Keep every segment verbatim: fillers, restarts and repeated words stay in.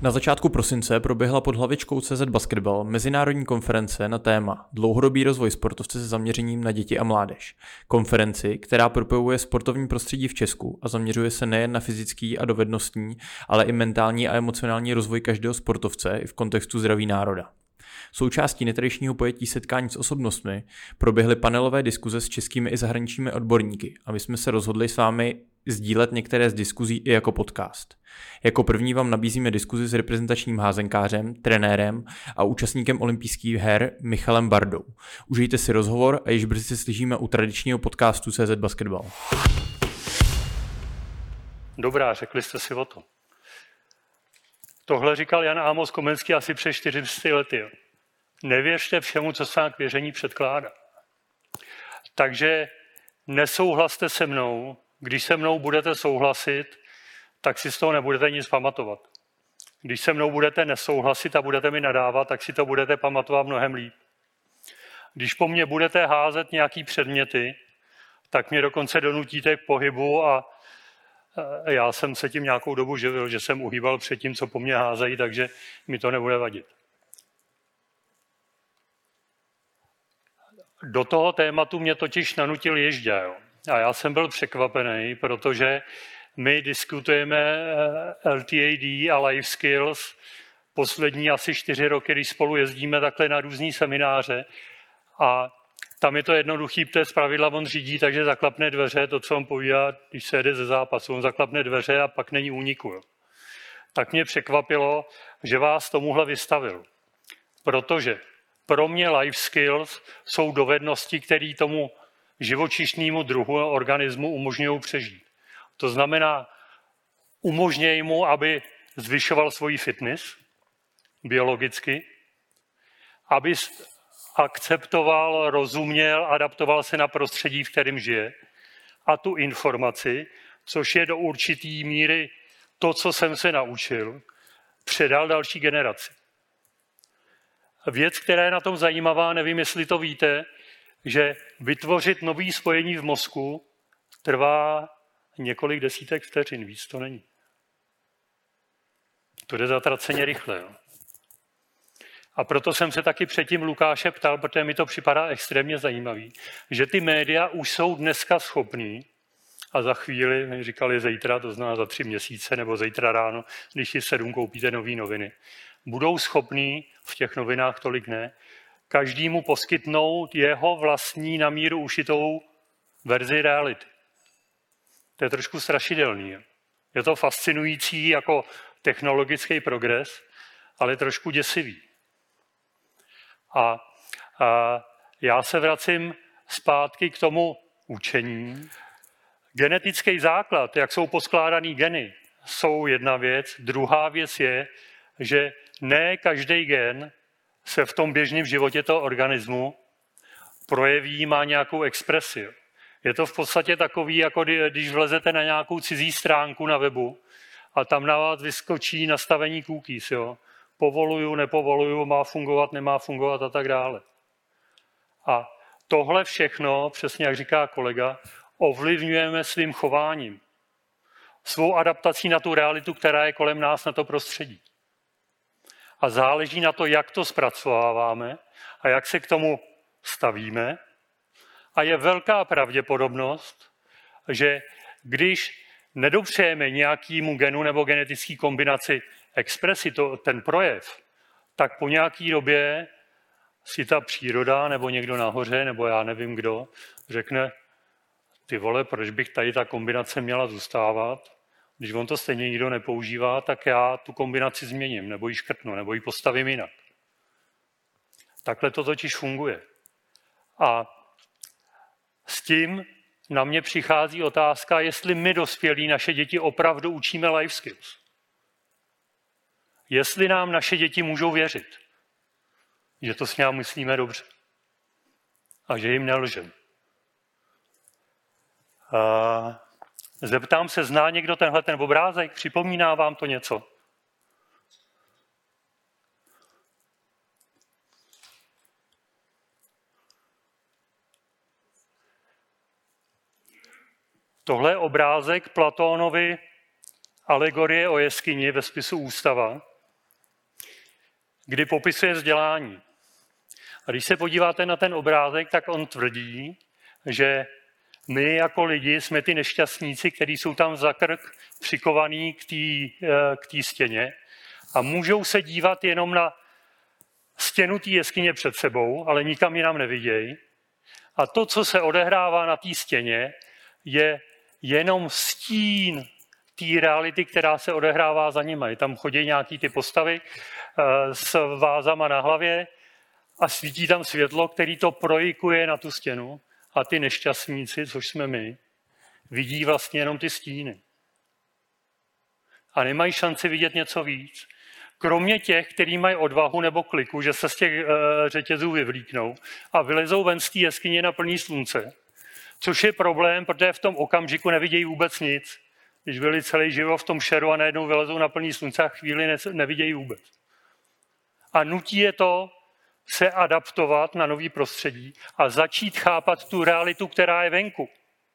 Na začátku prosince proběhla pod hlavičkou C Z Basketball mezinárodní konference na téma Dlouhodobý rozvoj sportovce se zaměřením na děti a mládež. Konferenci, která propojuje sportovní prostředí v Česku a zaměřuje se nejen na fyzický a dovednostní, ale i mentální a emocionální rozvoj každého sportovce i v kontextu zdraví národa. Součástí netradičního pojetí setkání s osobnostmi proběhly panelové diskuze s českými i zahraničními odborníky a my jsme se rozhodli s vámi sdílet některé z diskuzí i jako podcast. Jako první vám nabízíme diskuzi s reprezentačním házenkářem, trenérem a účastníkem olympijských her Michalem Bardou. Užijte si rozhovor a již brzy se slyšíme u tradičního podcastu C Z Basketball. Dobrá, řekli jste si o tom. Tohle říkal Jan Amos Komenský asi před čtyřmi lety. Nevěřte všemu, co se k věření předkládá. Takže nesouhlaste se mnou. Když se mnou budete souhlasit, tak si z toho nebudete nic pamatovat. Když se mnou budete nesouhlasit a budete mi nadávat, tak si to budete pamatovat mnohem líp. Když po mně budete házet nějaký předměty, tak mě dokonce donutíte k pohybu a já jsem se tím nějakou dobu živil, že jsem uhýbal před tím, co po mně házejí, takže mi to nebude vadit. Do toho tématu mě totiž nanutil Ježďa. Jo. A já jsem byl překvapený, protože my diskutujeme L T A D a life skills poslední asi čtyři roky, když spolu jezdíme takhle na různý semináře. A tam je to jednoduchý, protože zpravidla on řídí, takže zaklapne dveře, to, co on povídá, když se jede ze zápasu, on zaklapne dveře a pak není úniku. Jo. Tak mě překvapilo, že vás tomuhle vystavil. Protože pro mě life skills jsou dovednosti, které tomu živočišnému druhu organismu umožňují přežít. To znamená, umožňují mu, aby zvyšoval svoji fitness biologicky, aby akceptoval, rozuměl, adaptoval se na prostředí, v kterém žije a tu informaci, což je do určitý míry to, co jsem se naučil, předal další generaci. Věc, která je na tom zajímavá, nevím, jestli to víte, že vytvořit nový spojení v mozku trvá několik desítek vteřin, víc to není. To jde zatraceně rychle. Jo. A proto jsem se taky předtím Lukáše ptal, protože mi to připadá extrémně zajímavý, že ty média už jsou dneska schopný, a za chvíli, mi říkali zítra, to znamená za tři měsíce, nebo zítra ráno, když si v sedm koupíte nový noviny, budou schopní, v těch novinách tolik ne, každému poskytnout jeho vlastní na míru ušitou verzi reality. To je trošku strašidelný. Je to fascinující jako technologický progres, ale trošku děsivý. A, a já se vracím zpátky k tomu učení. Genetický základ, jak jsou poskládaný geny, jsou jedna věc. Druhá věc je, že ne každý gen se v tom běžném životě toho organismu projeví, má nějakou expresi. Je to v podstatě takový, jako když vlezete na nějakou cizí stránku na webu a tam na vás vyskočí nastavení cookies. Jo. Povoluju, nepovoluju, má fungovat, nemá fungovat a tak dále. A tohle všechno, přesně jak říká kolega, ovlivňujeme svým chováním. Svou adaptací na tu realitu, která je kolem nás, na to prostředí. A záleží na to, jak to zpracováváme a jak se k tomu stavíme. A je velká pravděpodobnost, že když nedopřejeme nějakému genu nebo genetické kombinaci expresi, to, ten projev, tak po nějaké době si ta příroda nebo někdo nahoře, nebo já nevím kdo, řekne, ty vole, proč bych tady ta kombinace měla zůstávat? Když on to stejně nikdo nepoužívá, tak já tu kombinaci změním, nebo ji škrtnu, nebo ji postavím jinak. Takhle to totiž funguje. A s tím na mě přichází otázka, jestli my dospělí naše děti opravdu učíme life skills. Jestli nám naše děti můžou věřit, že to s ním myslíme dobře a že jim nelžeme. A zeptám se, zná někdo tenhle ten obrázek? Připomíná vám to něco? Tohle je obrázek Platónovy alegorie o jeskyni ve spisu Ústava. kdy popisuje vzdělání. A když se podíváte na ten obrázek, tak on tvrdí, že my jako lidi jsme ty nešťastníci, kteří jsou tam za krk přikovaný k té k té stěně a můžou se dívat jenom na stěnu té jeskyně před sebou, ale nikam jinam nevidějí. A to, co se odehrává na té stěně, je jenom stín té reality, která se odehrává za nimi. Tam chodí nějaký ty postavy s vázama na hlavě a svítí tam světlo, který to projikuje na tu stěnu. A ty nešťastníci, což jsme my, vidí vlastně jenom ty stíny. A nemají šanci vidět něco víc. Kromě těch, kteří mají odvahu nebo kliku, že se z těch uh, řetězů vyvlíknou a vylezou ven z té jeskyně na plný slunce. Což je problém, protože v tom okamžiku nevidějí vůbec nic. Když byli celý život v tom šeru a najednou vylezou na plný slunce a chvíli ne, nevidějí vůbec. A nutí je to se adaptovat na nový prostředí a začít chápat tu realitu, která je venku.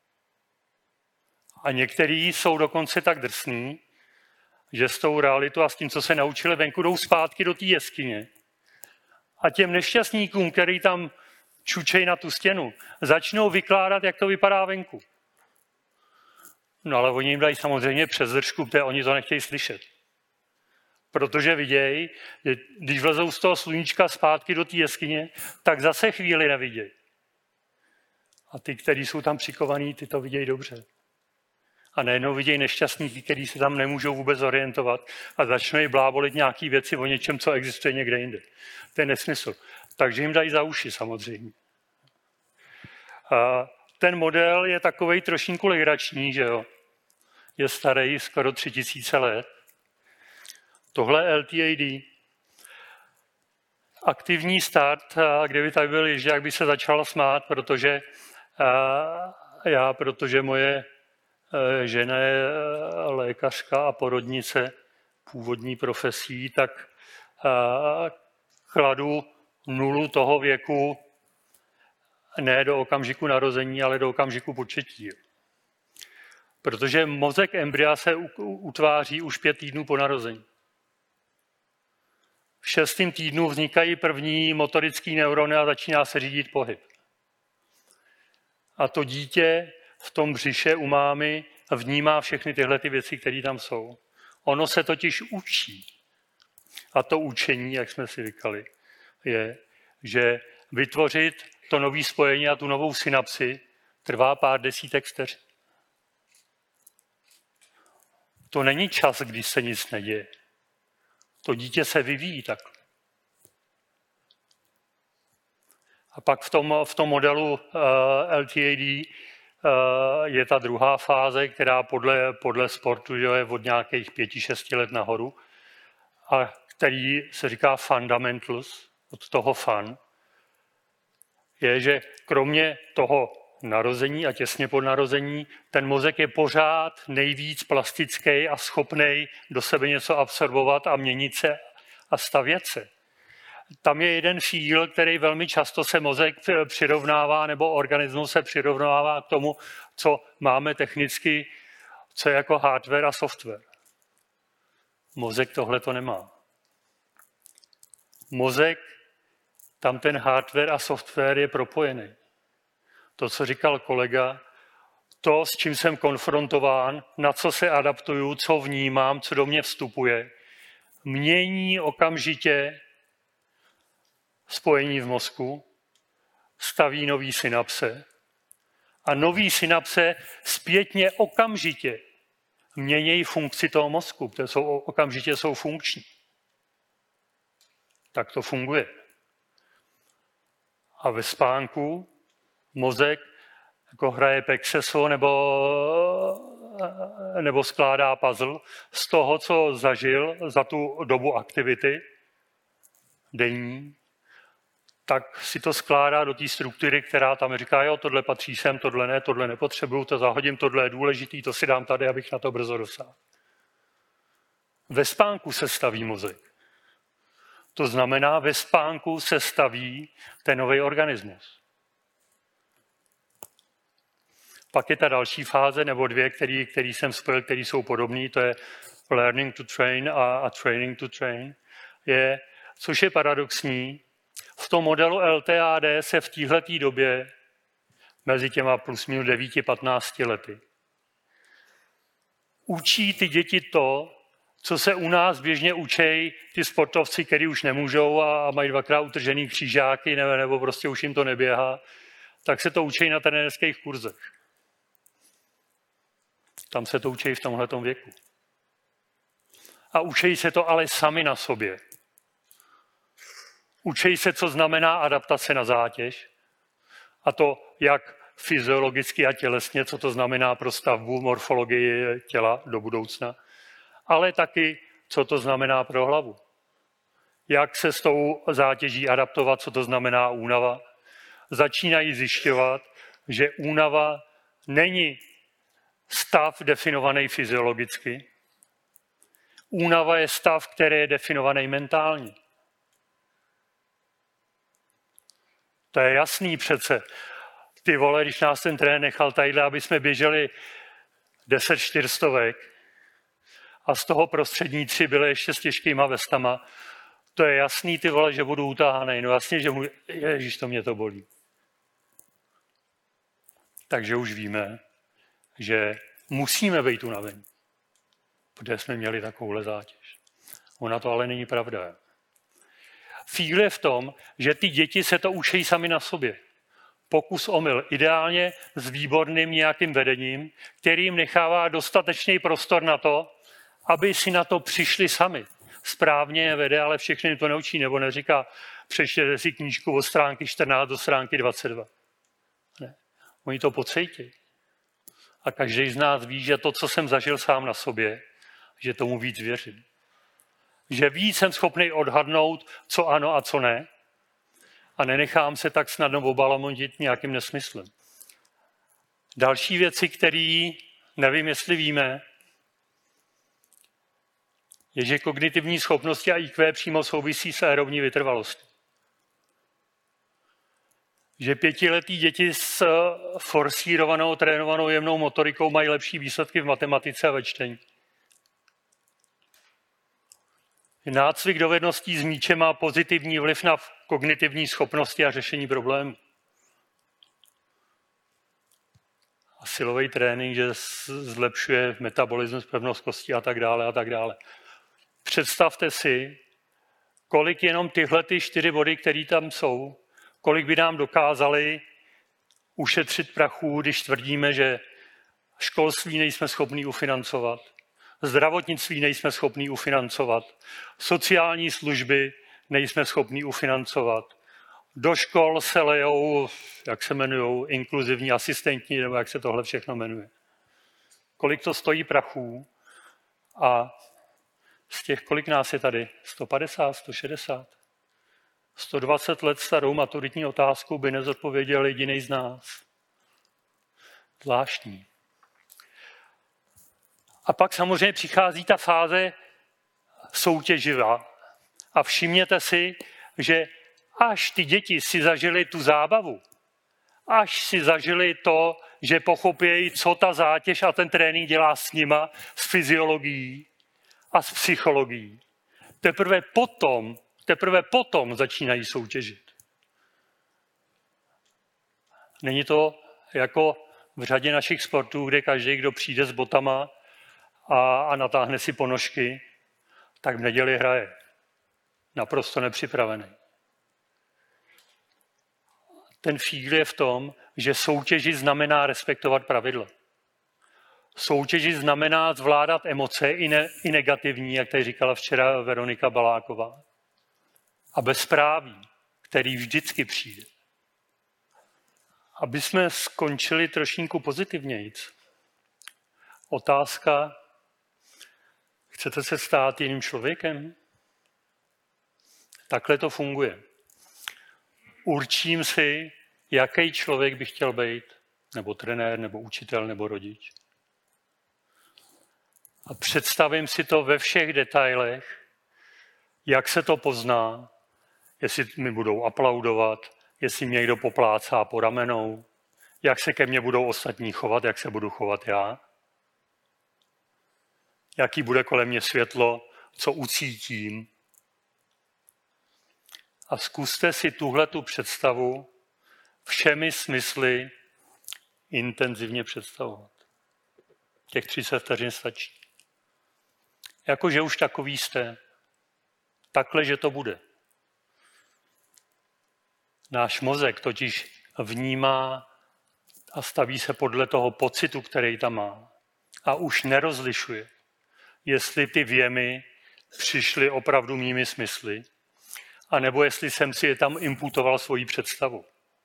A někteří jsou dokonce tak drsní, že s tou realitou a s tím, co se naučili venku, jdou zpátky do té jeskyně. A těm nešťastníkům, který tam čučej na tu stěnu, začnou vykládat, jak to vypadá venku. No ale oni jim dají samozřejmě přes držku, protože oni to nechtějí slyšet. Protože vidějí, že když vlezou z toho sluníčka zpátky do té jeskyně, tak zase chvíli nevidějí. A ty, kteří jsou tam přikovaní, ty to vidějí dobře. A najednou vidějí nešťastníky, kteří se tam nemůžou vůbec orientovat a začnou blábolit nějaké věci o něčem, co existuje někde jinde. To je nesmysl. Takže jim dají za uši samozřejmě. A ten model je takovej trošinku legrační, že jo. Je starý skoro tři tisíce let. Tohle L T A D. Aktivní start, kdyby tady byl Ježďák, by se začal smát, protože já, protože moje žena je lékařka a porodnice původní profesí, tak kladu nulu toho věku ne do okamžiku narození, ale do okamžiku početí. Protože mozek embrya se utváří už pět týdnů po narození. V šestém týdnu vznikají první motorické neurony a začíná se řídit pohyb. A to dítě v tom břiše u mámy vnímá všechny tyhle ty věci, které tam jsou. Ono se totiž učí. A to učení, jak jsme si říkali, je, že vytvořit to nové spojení a tu novou synapsi trvá pár desítek vteřin. To není čas, když se nic neděje. To dítě se vyvíjí takhle. A pak v tom, v tom modelu uh, L T A D uh, je ta druhá fáze, která podle, podle sportu že je od nějakých pěti, šesti let nahoru, a který se říká fundamentals, od toho fun, je, že kromě toho narození a těsně po narození, ten mozek je pořád nejvíc plastický a schopný do sebe něco absorbovat a měnit se a stavět se. Tam je jeden fíl, který velmi často se mozek přirovnává, nebo organismus se přirovnává k tomu, co máme technicky, co je jako hardware a software. Mozek tohle to nemá. Mozek, tam ten hardware a software je propojený. To, co říkal kolega, to, s čím jsem konfrontován, na co se adaptuju, co vnímám, co do mě vstupuje, mění okamžitě spojení v mozku, staví nový synapse a nový synapse zpětně okamžitě mění funkci toho mozku, které jsou, okamžitě jsou funkční. Tak to funguje. A ve spánku mozek jako hraje pexeso nebo, nebo skládá puzzle z toho, co zažil za tu dobu aktivity denní, tak si to skládá do té struktury, která tam říká, jo, tohle patří sem, tohle ne, tohle nepotřebuju, to zahodím, tohle je důležitý, to si dám tady, abych na to brzo dosáhl. Ve spánku se staví mozek. To znamená, ve spánku se staví ten nový organismus. Pak je ta další fáze, nebo dvě, který, který jsem spojil, který jsou podobný, to je learning to train a, a training to train. Je což je paradoxní. V tom modelu L T A D se v téhleté době mezi těma plus minus devět patnácti lety učí ty děti to, co se u nás běžně učí ty sportovci, kteří už nemůžou a mají dvakrát utržený křížáky nebo, nebo prostě už jim to neběhá, tak se to učí na trenérských kurzech. Tam se to učí v tomhletom věku. A učí se to ale sami na sobě. Učí se, co znamená adaptace na zátěž, a to jak fyziologicky a tělesně, co to znamená pro stavbu morfologii těla do budoucna, ale taky, co to znamená pro hlavu. Jak se s tou zátěží adaptovat, co to znamená únava. Začínají zjišťovat, že únava není stav definovaný fyziologicky. Únava je stav, který je definovaný mentálně. To je jasný přece. Ty vole, když nás ten trenér nechal tadyhle, aby jsme běželi deset čtyřstovek a z toho prostřední tři byly ještě s těžkýma vestama, to je jasný, ty vole, že budu utáhanej. No jasně, že mu... Ježiš, to mě to bolí. Takže už víme, že musíme být unavení, protože jsme měli takovouhle zátěž. Ona to ale není pravda. Fíl je v tom, že ty děti se to učí sami na sobě. Pokus omyl. Ideálně s výborným nějakým vedením, který jim nechává dostatečný prostor na to, aby si na to přišli sami. Správně je vede, ale všechny to neučí, nebo neříká, přečtěte si knížku od stránky čtrnáct do stránky dvacet dva. Ne. Oni to pocítí. A každý z nás ví, že to, co jsem zažil sám na sobě, že tomu víc věřím. Že víc jsem schopný odhadnout, co ano a co ne, a nenechám se tak snadno obalamotit nějakým nesmyslem. Další věci, které nevím, jestli víme, je, že kognitivní schopnosti a I Q přímo souvisí s aerobní vytrvalostí. Že pětiletí děti s forsírovanou, trénovanou jemnou motorikou mají lepší výsledky v matematice a ve čtení. Nácvik dovedností s míčem má pozitivní vliv na kognitivní schopnosti a řešení problémů. A silový trénink, že zlepšuje metabolismus, pevnost kostí a tak dále a tak dále. Představte si, kolik jenom tyhle ty čtyři body, které tam jsou, kolik by nám dokázali ušetřit prachů, když tvrdíme, že školství nejsme schopní ufinancovat, zdravotnictví nejsme schopní ufinancovat, sociální služby nejsme schopní ufinancovat, do škol se lejou, jak se jmenujou, inkluzivní asistenti, nebo jak se tohle všechno jmenuje. Kolik to stojí prachů a z těch, kolik nás je tady? sto padesát, sto šedesát? sto dvacet let starou maturitní otázku by nezodpověděl jediný z nás. Zvláštní. A pak samozřejmě přichází ta fáze soutěživá. A všimněte si, že až ty děti si zažili tu zábavu, až si zažili to, že pochopějí, co ta zátěž a ten trénink dělá s nima, s fyziologií a s psychologií, teprve potom, teprve potom začínají soutěžit. Není to jako v řadě našich sportů, kde každý, kdo přijde s botama a, a natáhne si ponožky, tak v neděli hraje. Naprosto nepřipravený. Ten fígl je v tom, že soutěži znamená respektovat pravidla. Soutěži znamená zvládat emoce i, ne, i negativní, jak tady říkala včera Veronika Baláková. A bezpráví, který vždycky přijde. Aby jsme skončili trošinku pozitivnějc. Otázka, chcete se stát jiným člověkem? Takhle to funguje. Určím si, jaký člověk bych chtěl být, nebo trenér, nebo učitel, nebo rodič. A představím si to ve všech detailech, jak se to pozná, jestli mi budou aplaudovat, jestli mě někdo poplácá po ramenou, jak se ke mně budou ostatní chovat, jak se budu chovat já, jaký bude kolem mě světlo, co ucítím. a zkuste si tuhletu představu všemi smysly intenzivně představovat. Těch třicet vteřin stačí. Jakože už takový jste. Takhle, že to bude. Náš mozek totiž vnímá a staví se podle toho pocitu, který tam má. A už nerozlišuje, jestli ty věmy přišly opravdu mými smysly, anebo jestli jsem si je tam imputoval svoji představu.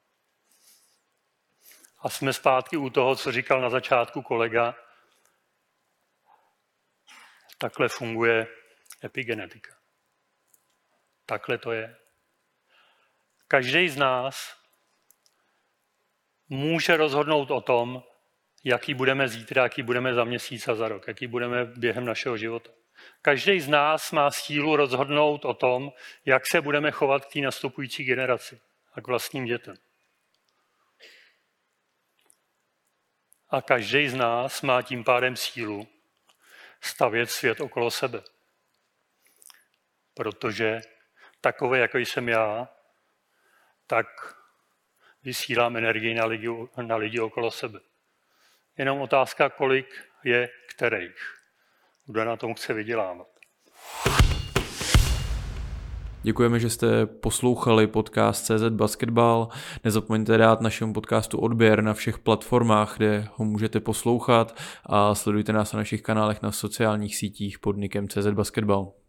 A jsme zpátky u toho, co říkal na začátku kolega. Takhle funguje epigenetika. Takhle to je. Každý z nás může rozhodnout o tom, jaký budeme zítra, jaký budeme za měsíc a za rok, jaký budeme během našeho života. Každý z nás má sílu rozhodnout o tom, jak se budeme chovat k té nastupující generaci a k vlastním dětem. A každý z nás má tím pádem sílu stavět svět okolo sebe. Protože takové, jako jsem já, tak vysílám energii na lidi, na lidi okolo sebe. Jenom otázka, kolik je kterých. Kdo na tom chce vydělávat. Děkujeme, že jste poslouchali podcast C Z Basketball. Nezapomeňte dát našemu podcastu odběr na všech platformách, kde ho můžete poslouchat, a sledujte nás na našich kanálech na sociálních sítích pod nickem C Z Basketball.